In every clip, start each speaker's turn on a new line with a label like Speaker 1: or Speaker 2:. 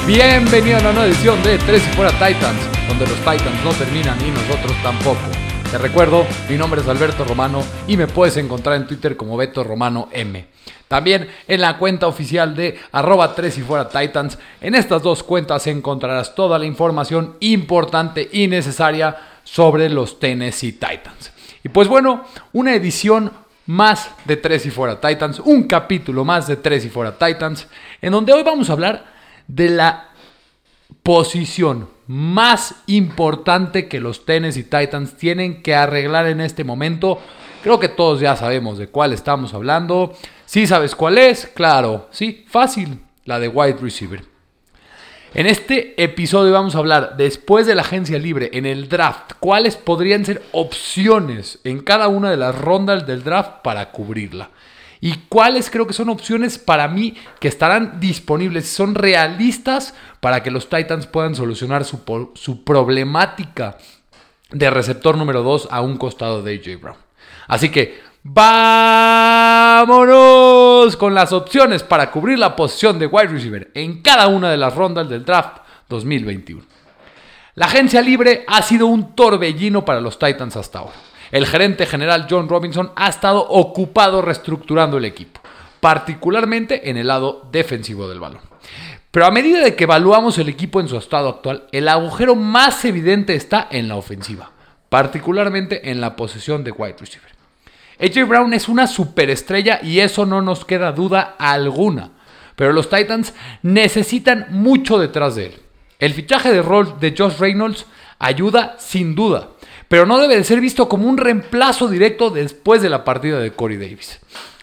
Speaker 1: Bienvenido a una nueva edición de Tres y Fuera Titans, donde los Titans no terminan y nosotros tampoco. Te recuerdo, mi nombre es Alberto Romano y me puedes encontrar en Twitter como Beto Romano M. También en la cuenta oficial de @Tres y Fuera Titans. En estas dos cuentas encontrarás toda la información importante y necesaria sobre los Tennessee Titans. Y pues bueno, una edición más de Tres y Fuera Titans, un capítulo más de Tres y Fuera Titans, en donde hoy vamos a hablar de la posición más importante que los Tennessee Titans tienen que arreglar en este momento. Creo que todos ya sabemos de cuál estamos hablando. ¿Sí sabes cuál es? Claro, sí, fácil, la de wide receiver. En este episodio vamos a hablar, después de la agencia libre, en el draft, cuáles podrían ser opciones en cada una de las rondas del draft para cubrirla. Y cuáles creo que son opciones para mí que estarán disponibles, son realistas para que los Titans puedan solucionar su problemática de receptor número 2 a un costado de A.J. Brown. Así que vámonos con las opciones para cubrir la posición de wide receiver en cada una de las rondas del draft 2021. La agencia libre ha sido un torbellino para los Titans hasta ahora. El gerente general Jon Robinson ha estado ocupado reestructurando el equipo, particularmente en el lado defensivo del balón. Pero a medida de que evaluamos el equipo en su estado actual, el agujero más evidente está en la ofensiva, particularmente en la posición de wide receiver. A.J. Brown es una superestrella y eso no nos queda duda alguna, pero los Titans necesitan mucho detrás de él. El fichaje de rol de Josh Reynolds ayuda sin duda, pero no debe de ser visto como un reemplazo directo después de la partida de Corey Davis,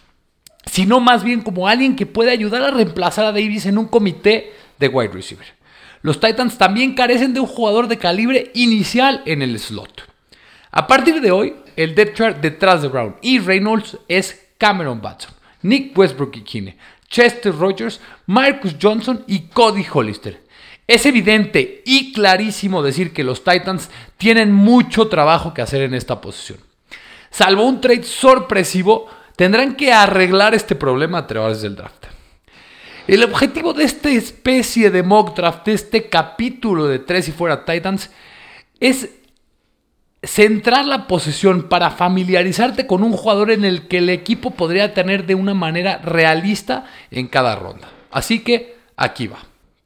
Speaker 1: sino más bien como alguien que puede ayudar a reemplazar a Davis en un comité de wide receiver. Los Titans también carecen de un jugador de calibre inicial en el slot. A partir de hoy, el depth chart detrás de Brown y Reynolds es Cameron Batson, Nick Westbrook-Ikhine, Chester Rogers, Marcus Johnson y Cody Hollister. Es evidente y clarísimo decir que los Titans tienen mucho trabajo que hacer en esta posición. Salvo un trade sorpresivo, tendrán que arreglar este problema a través del draft. El objetivo de esta especie de mock draft, de este capítulo de Tres y Fuera Titans, es centrar la posición para familiarizarte con un jugador en el que el equipo podría tener de una manera realista en cada ronda. Así que aquí va.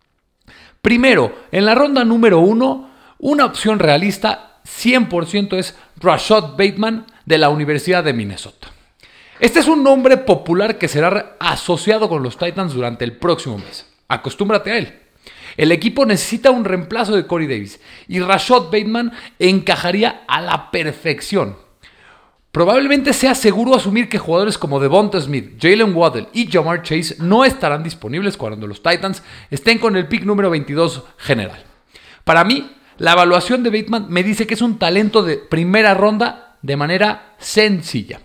Speaker 1: Primero, en la ronda número 1, una opción realista 100% es Rashad Bateman de la Universidad de Minnesota. Este es un nombre popular que será asociado con los Titans durante el próximo mes. Acostúmbrate a él. El equipo necesita un reemplazo de Corey Davis y Rashad Bateman encajaría a la perfección. Probablemente sea seguro asumir que jugadores como Devonta Smith, Jalen Waddle y Ja'Marr Chase no estarán disponibles cuando los Titans estén con el pick número 22 general. Para mí, la evaluación de Bateman me dice que es un talento de primera ronda de manera sencilla.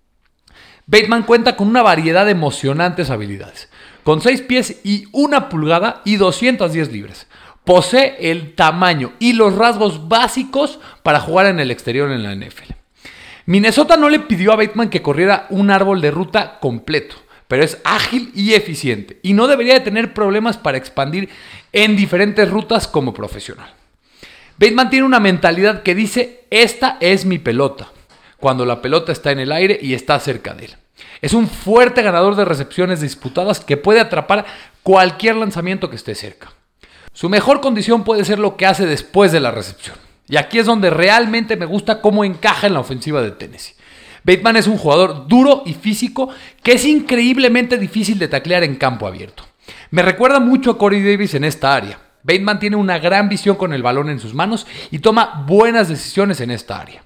Speaker 1: Bateman cuenta con una variedad de emocionantes habilidades, con 6 pies y 1 pulgada y 210 libras. Posee el tamaño y los rasgos básicos para jugar en el exterior en la NFL. Minnesota no le pidió a Bateman que corriera un árbol de ruta completo, pero es ágil y eficiente y no debería de tener problemas para expandir en diferentes rutas como profesional. Bateman tiene una mentalidad que dice: esta es mi pelota, cuando la pelota está en el aire y está cerca de él. Es un fuerte ganador de recepciones disputadas que puede atrapar cualquier lanzamiento que esté cerca. Su mejor condición puede ser lo que hace después de la recepción. Y aquí es donde realmente me gusta cómo encaja en la ofensiva de Tennessee. Bateman es un jugador duro y físico que es increíblemente difícil de taclear en campo abierto. Me recuerda mucho a Corey Davis en esta área. Bateman tiene una gran visión con el balón en sus manos y toma buenas decisiones en esta área.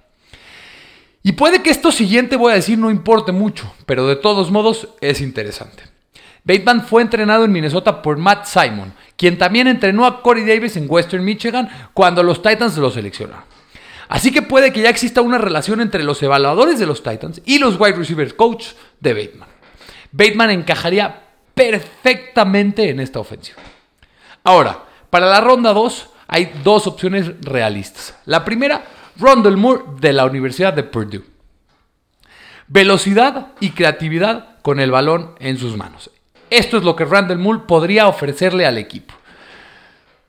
Speaker 1: Y puede que esto siguiente voy a decir no importe mucho, pero de todos modos es interesante. Bateman fue entrenado en Minnesota por Matt Simon, quien también entrenó a Corey Davis en Western Michigan cuando los Titans lo seleccionaron. Así que puede que ya exista una relación entre los evaluadores de los Titans y los wide receivers coach de Bateman. Bateman encajaría perfectamente en esta ofensiva. Ahora, para la ronda 2 hay 2 opciones realistas. La primera, Rondale Moore de la Universidad de Purdue. Velocidad y creatividad con el balón en sus manos. Esto es lo que Rondale Moore podría ofrecerle al equipo.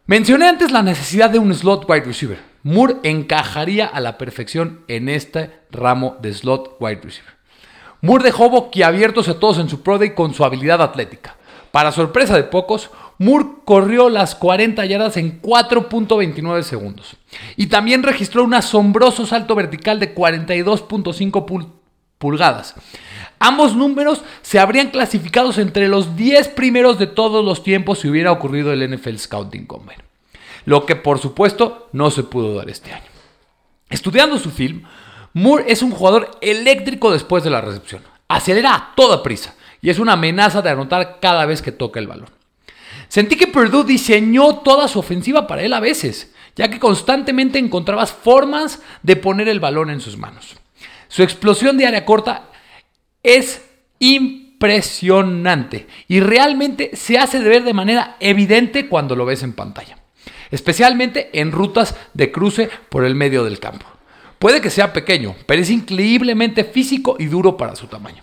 Speaker 1: Mencioné antes la necesidad de un slot wide receiver. Moore encajaría a la perfección en este ramo de slot wide receiver. Moore dejó boquiabiertos a todos en su Pro Day con su habilidad atlética. Para sorpresa de pocos, Moore corrió las 40 yardas en 4.29 segundos. Y también registró un asombroso salto vertical de 42.5 pulgadas. Ambos números se habrían clasificado entre los 10 primeros de todos los tiempos si hubiera ocurrido el NFL Scouting Combine. Lo que por supuesto no se pudo dar este año. Estudiando su film, Moore es un jugador eléctrico después de la recepción. Acelera a toda prisa y es una amenaza de anotar cada vez que toca el balón. Sentí que Purdue diseñó toda su ofensiva para él a veces, ya que constantemente encontrabas formas de poner el balón en sus manos. Su explosión de área corta es impresionante y realmente se hace ver de manera evidente cuando lo ves en pantalla, especialmente en rutas de cruce por el medio del campo. Puede que sea pequeño, pero es increíblemente físico y duro para su tamaño.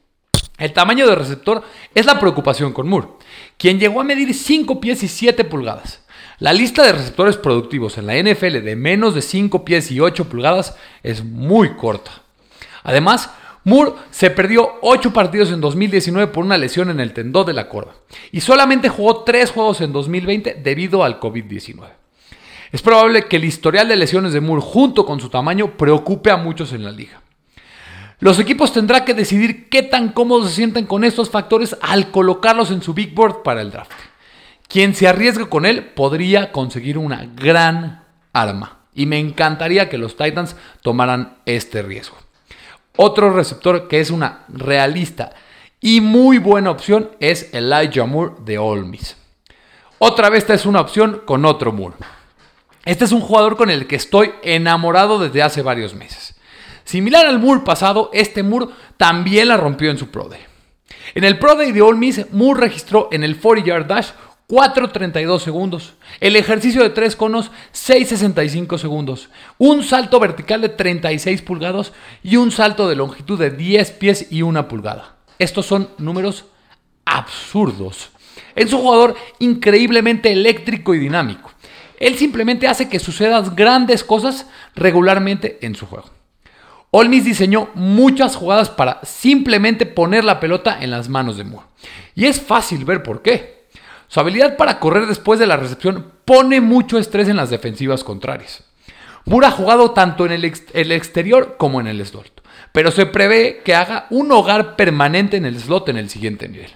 Speaker 1: El tamaño de receptor es la preocupación con Moore, quien llegó a medir 5 pies y 7 pulgadas. La lista de receptores productivos en la NFL de menos de 5 pies y 8 pulgadas es muy corta. Además, Moore se perdió 8 partidos en 2019 por una lesión en el tendón de la corva y solamente jugó 3 juegos en 2020 debido al COVID-19. Es probable que el historial de lesiones de Moore junto con su tamaño preocupe a muchos en la liga. Los equipos tendrán que decidir qué tan cómodos se sienten con estos factores al colocarlos en su big board para el draft. Quien se arriesgue con él podría conseguir una gran arma y me encantaría que los Titans tomaran este riesgo. Otro receptor que es una realista y muy buena opción es Elijah Moore de Ole Miss. Otra vez esta es una opción con otro Moore. Este es un jugador con el que estoy enamorado desde hace varios meses. Similar al Moore pasado, este Moore también la rompió en su Pro Day. En el Pro Day de Ole Miss, Moore registró en el 40-yard dash 4.32 segundos, el ejercicio de 3 conos 6.65 segundos, un salto vertical de 36 pulgadas y un salto de longitud de 10 pies y 1 pulgada. Estos son números absurdos. Es un jugador increíblemente eléctrico y dinámico. Él simplemente hace que sucedan grandes cosas regularmente en su juego. Ole Miss diseñó muchas jugadas para simplemente poner la pelota en las manos de Moore. Y es fácil ver por qué. Su habilidad para correr después de la recepción pone mucho estrés en las defensivas contrarias. Moore ha jugado tanto en el exterior como en el slot, pero se prevé que haga un hogar permanente en el slot en el siguiente nivel.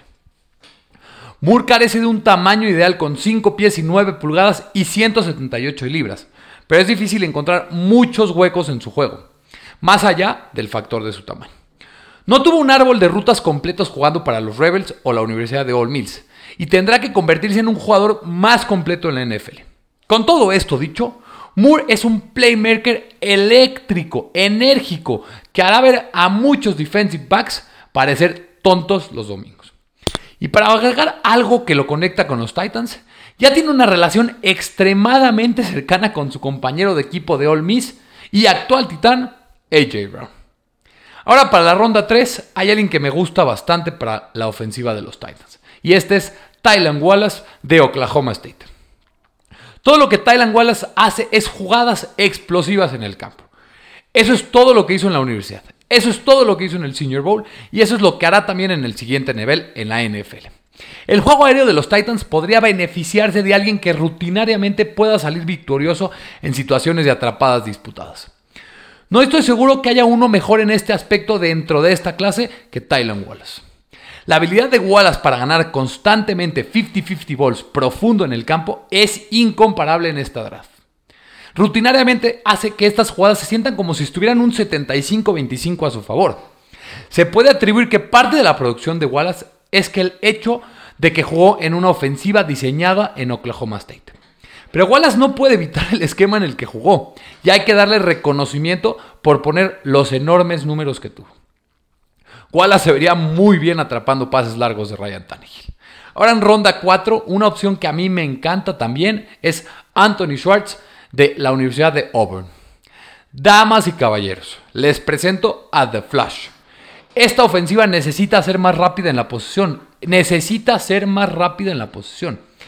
Speaker 1: Moore carece de un tamaño ideal con 5 pies y 9 pulgadas y 178 libras, pero es difícil encontrar muchos huecos en su juego, más allá del factor de su tamaño. No tuvo un árbol de rutas completos jugando para los Rebels o la Universidad de Ole Miss, y tendrá que convertirse en un jugador más completo en la NFL. Con todo esto dicho, Moore es un playmaker eléctrico, enérgico, que hará ver a muchos defensive backs parecer tontos los domingos. Y para agregar algo que lo conecta con los Titans, ya tiene una relación extremadamente cercana con su compañero de equipo de Ole Miss y actual titán A.J. Brown. Ahora para la ronda 3 hay alguien que me gusta bastante para la ofensiva de los Titans. Y este es Tylan Wallace de Oklahoma State. Todo lo que Tylan Wallace hace es jugadas explosivas en el campo. Eso es todo lo que hizo en la universidad. Eso es todo lo que hizo en el Senior Bowl. Y eso es lo que hará también en el siguiente nivel en la NFL. El juego aéreo de los Titans podría beneficiarse de alguien que rutinariamente pueda salir victorioso en situaciones de atrapadas disputadas. No estoy seguro que haya uno mejor en este aspecto dentro de esta clase que Tylan Wallace. La habilidad de Wallace para ganar constantemente 50-50 balls profundo en el campo es incomparable en esta draft. Rutinariamente hace que estas jugadas se sientan como si estuvieran un 75-25 a su favor. Se puede atribuir que parte de la producción de Wallace es que el hecho de que jugó en una ofensiva diseñada en Oklahoma State. Pero Wallace no puede evitar el esquema en el que jugó y hay que darle reconocimiento por poner los enormes números que tuvo. Wallace se vería muy bien atrapando pases largos de Ryan Tannehill. Ahora en ronda 4, una opción que a mí me encanta también es Anthony Schwartz de la Universidad de Auburn. Damas y caballeros, les presento a The Flash. Esta ofensiva necesita ser más rápida en la posesión.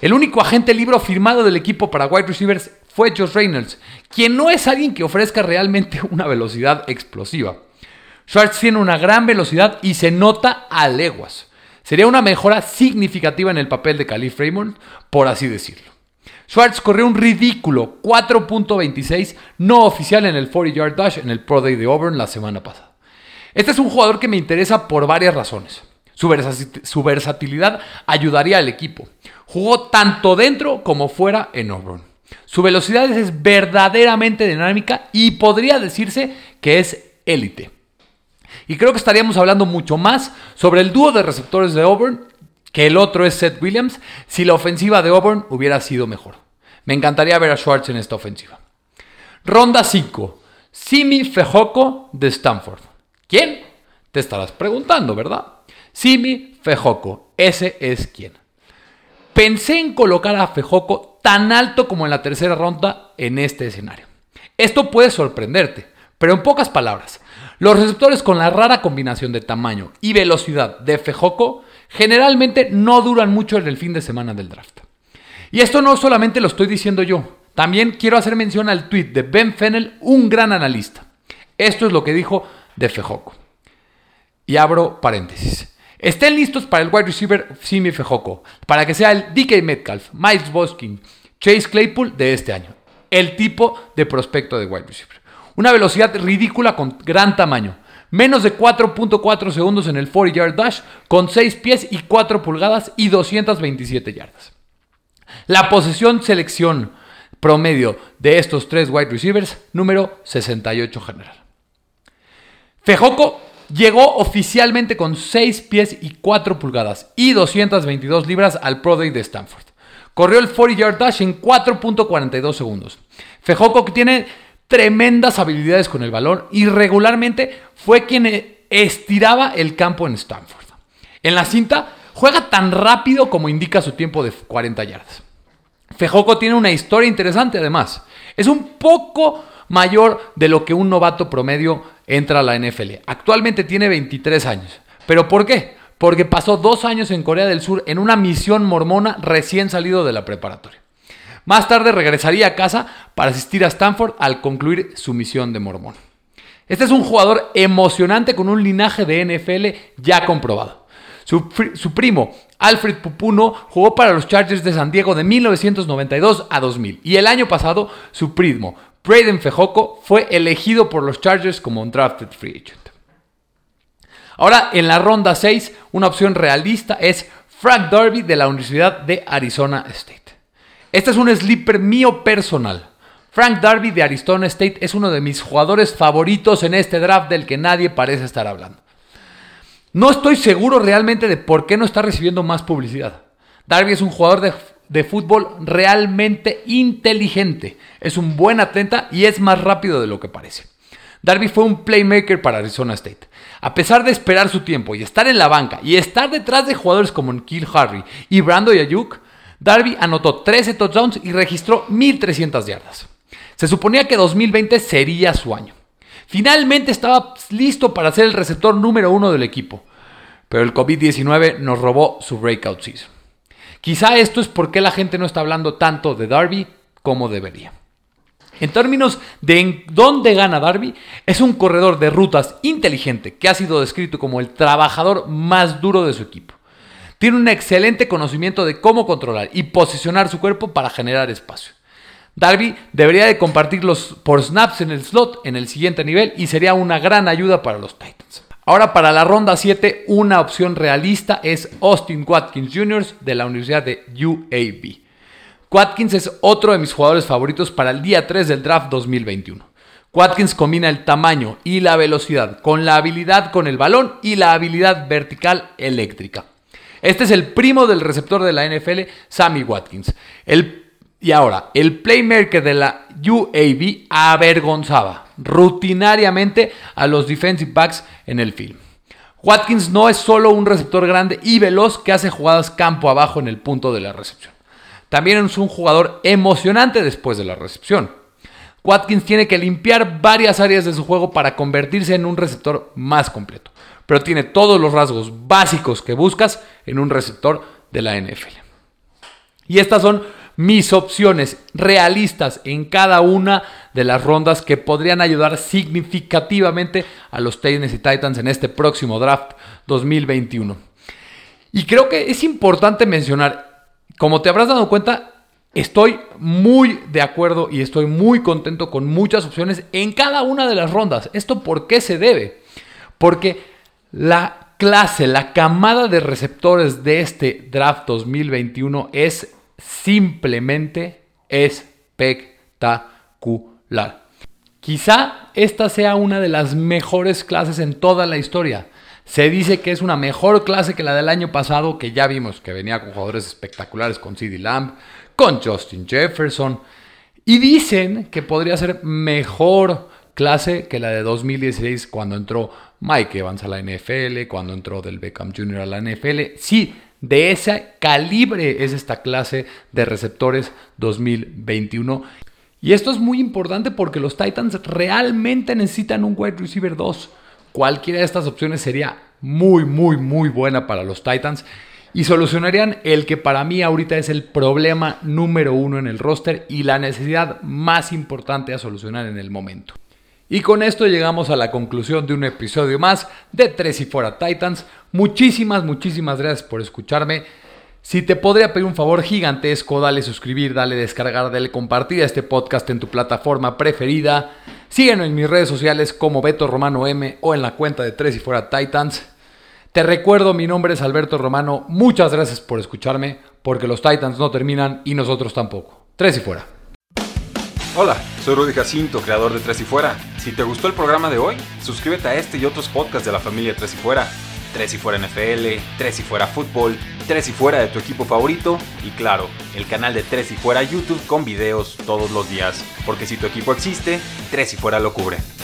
Speaker 1: El único agente libre firmado del equipo para wide receivers fue Josh Reynolds, quien no es alguien que ofrezca realmente una velocidad explosiva. Schwartz tiene una gran velocidad y se nota a leguas. Sería una mejora significativa en el papel de Kalif Raymond, por así decirlo. Schwartz corrió un ridículo 4.26 no oficial en el 40-yard dash en el Pro Day de Auburn la semana pasada. Este es un jugador que me interesa por varias razones. Su versatilidad ayudaría al equipo. Jugó tanto dentro como fuera en Auburn. Su velocidad es verdaderamente dinámica y podría decirse que es élite. Y creo que estaríamos hablando mucho más sobre el dúo de receptores de Auburn, que el otro es Seth Williams, si la ofensiva de Auburn hubiera sido mejor. Me encantaría ver a Schwartz en esta ofensiva. Ronda 5. Simi Fehoko de Stanford. ¿Quién? Te estarás preguntando, ¿verdad? Simi Fehoko. Ese es quién. Pensé en colocar a Fehoko tan alto como en la tercera ronda en este escenario. Esto puede sorprenderte, pero en pocas palabras, los receptores con la rara combinación de tamaño y velocidad de Fehoko generalmente no duran mucho en el fin de semana del draft. Y esto no solamente lo estoy diciendo yo, también quiero hacer mención al tweet de Ben Fennell, un gran analista. Esto es lo que dijo de Fehoko. Y abro paréntesis. Estén listos para el wide receiver Simi Fehoko, para que sea el DK Metcalf, Miles Boskin, Chase Claypool de este año. El tipo de prospecto de wide receiver. Una velocidad ridícula con gran tamaño. Menos de 4.4 segundos en el 40-yard dash, con 6 pies y 4 pulgadas y 227 yardas. La selección promedio de estos tres wide receivers, número 68 general. Fehoko llegó oficialmente con 6 pies y 4 pulgadas y 222 libras al Pro Day de Stanford. Corrió el 40-yard dash en 4.42 segundos. Fehoko, que tiene tremendas habilidades con el balón y regularmente fue quien estiraba el campo en Stanford. En la cinta juega tan rápido como indica su tiempo de 40 yardas. Fehoko tiene una historia interesante además. Es un poco mayor de lo que un novato promedio entra a la NFL. Actualmente tiene 23 años. ¿Pero por qué? Porque pasó 2 años en Corea del Sur en una misión mormona recién salido de la preparatoria. Más tarde regresaría a casa para asistir a Stanford al concluir su misión de mormón. Este es un jugador emocionante con un linaje de NFL ya comprobado. Su primo, Alfred Pupuno, jugó para los Chargers de San Diego de 1992 a 2000. Y el año pasado, su primo, Braden Fehoko, fue elegido por los Chargers como un drafted free agent. Ahora, en la ronda 6, una opción realista es Frank Darby de la Universidad de Arizona State. Este es un sleeper mío personal. Frank Darby de Arizona State es uno de mis jugadores favoritos en este draft del que nadie parece estar hablando. No estoy seguro realmente de por qué no está recibiendo más publicidad. Darby es un jugador de fútbol realmente inteligente. Es un buen atleta y es más rápido de lo que parece. Darby fue un playmaker para Arizona State. A pesar de esperar su tiempo y estar en la banca y estar detrás de jugadores como N'Keal Harry y Brandon Ayuk, Darby anotó 13 touchdowns y registró 1,300 yardas. Se suponía que 2020 sería su año. Finalmente estaba listo para ser el receptor número 1 del equipo, pero el COVID-19 nos robó su breakout season. Quizá esto es por qué la gente no está hablando tanto de Darby como debería. En términos de en dónde gana Darby, es un corredor de rutas inteligente que ha sido descrito como el trabajador más duro de su equipo. Tiene un excelente conocimiento de cómo controlar y posicionar su cuerpo para generar espacio. Darby debería de compartirlos por snaps en el slot en el siguiente nivel y sería una gran ayuda para los Titans. Ahora para la ronda 7, una opción realista es Austin Watkins Jr. de la Universidad de UAB. Watkins es otro de mis jugadores favoritos para el día 3 del draft 2021. Watkins combina el tamaño y la velocidad con la habilidad con el balón y la habilidad vertical eléctrica. Este es el primo del receptor de la NFL, Sammy Watkins. Y ahora, el playmaker de la UAB avergonzaba rutinariamente a los defensive backs en el film. Watkins no es solo un receptor grande y veloz que hace jugadas campo abajo en el punto de la recepción. También es un jugador emocionante después de la recepción. Watkins tiene que limpiar varias áreas de su juego para convertirse en un receptor más completo, pero tiene todos los rasgos básicos que buscas en un receptor de la NFL. Y estas son mis opciones realistas en cada una de las rondas que podrían ayudar significativamente a los Tennessee Titans en este próximo draft 2021. Y creo que es importante mencionar, como te habrás dado cuenta, estoy muy de acuerdo y estoy muy contento con muchas opciones en cada una de las rondas. ¿Esto por qué se debe? Porque la clase, la camada de receptores de este draft 2021 es simplemente espectacular. Quizá esta sea una de las mejores clases en toda la historia. Se dice que es una mejor clase que la del año pasado, que ya vimos que venía con jugadores espectaculares, con CeeDee Lamb, con Justin Jefferson. Y dicen que podría ser mejor clase que la de 2016 cuando entró Mike Evans a la NFL, cuando entró Del Beckham Jr. a la NFL. Sí, de ese calibre es esta clase de receptores 2021. Y esto es muy importante porque los Titans realmente necesitan un wide receiver 2. Cualquiera de estas opciones sería muy buena para los Titans y solucionarían el que para mí ahorita es el problema número 1 en el roster y la necesidad más importante a solucionar en el momento. Y con esto llegamos a la conclusión de un episodio más de 3 y Fuera Titans. Muchísimas gracias por escucharme. Si te podría pedir un favor gigantesco, dale suscribir, dale descargar, dale compartir este podcast en tu plataforma preferida. Síguenos en mis redes sociales como Beto Romano M o en la cuenta de 3 y Fuera Titans. Te recuerdo, mi nombre es Alberto Romano. Muchas gracias por escucharme, porque los Titans no terminan y nosotros tampoco. 3 y Fuera.
Speaker 2: Hola, soy Rudy Jacinto, creador de 3 y Fuera. Si te gustó el programa de hoy, suscríbete a este y otros podcasts de la familia 3 y Fuera. 3 y Fuera NFL, 3 y Fuera Fútbol, 3 y Fuera de tu equipo favorito y claro, el canal de 3 y Fuera YouTube con videos todos los días. Porque si tu equipo existe, 3 y Fuera lo cubre.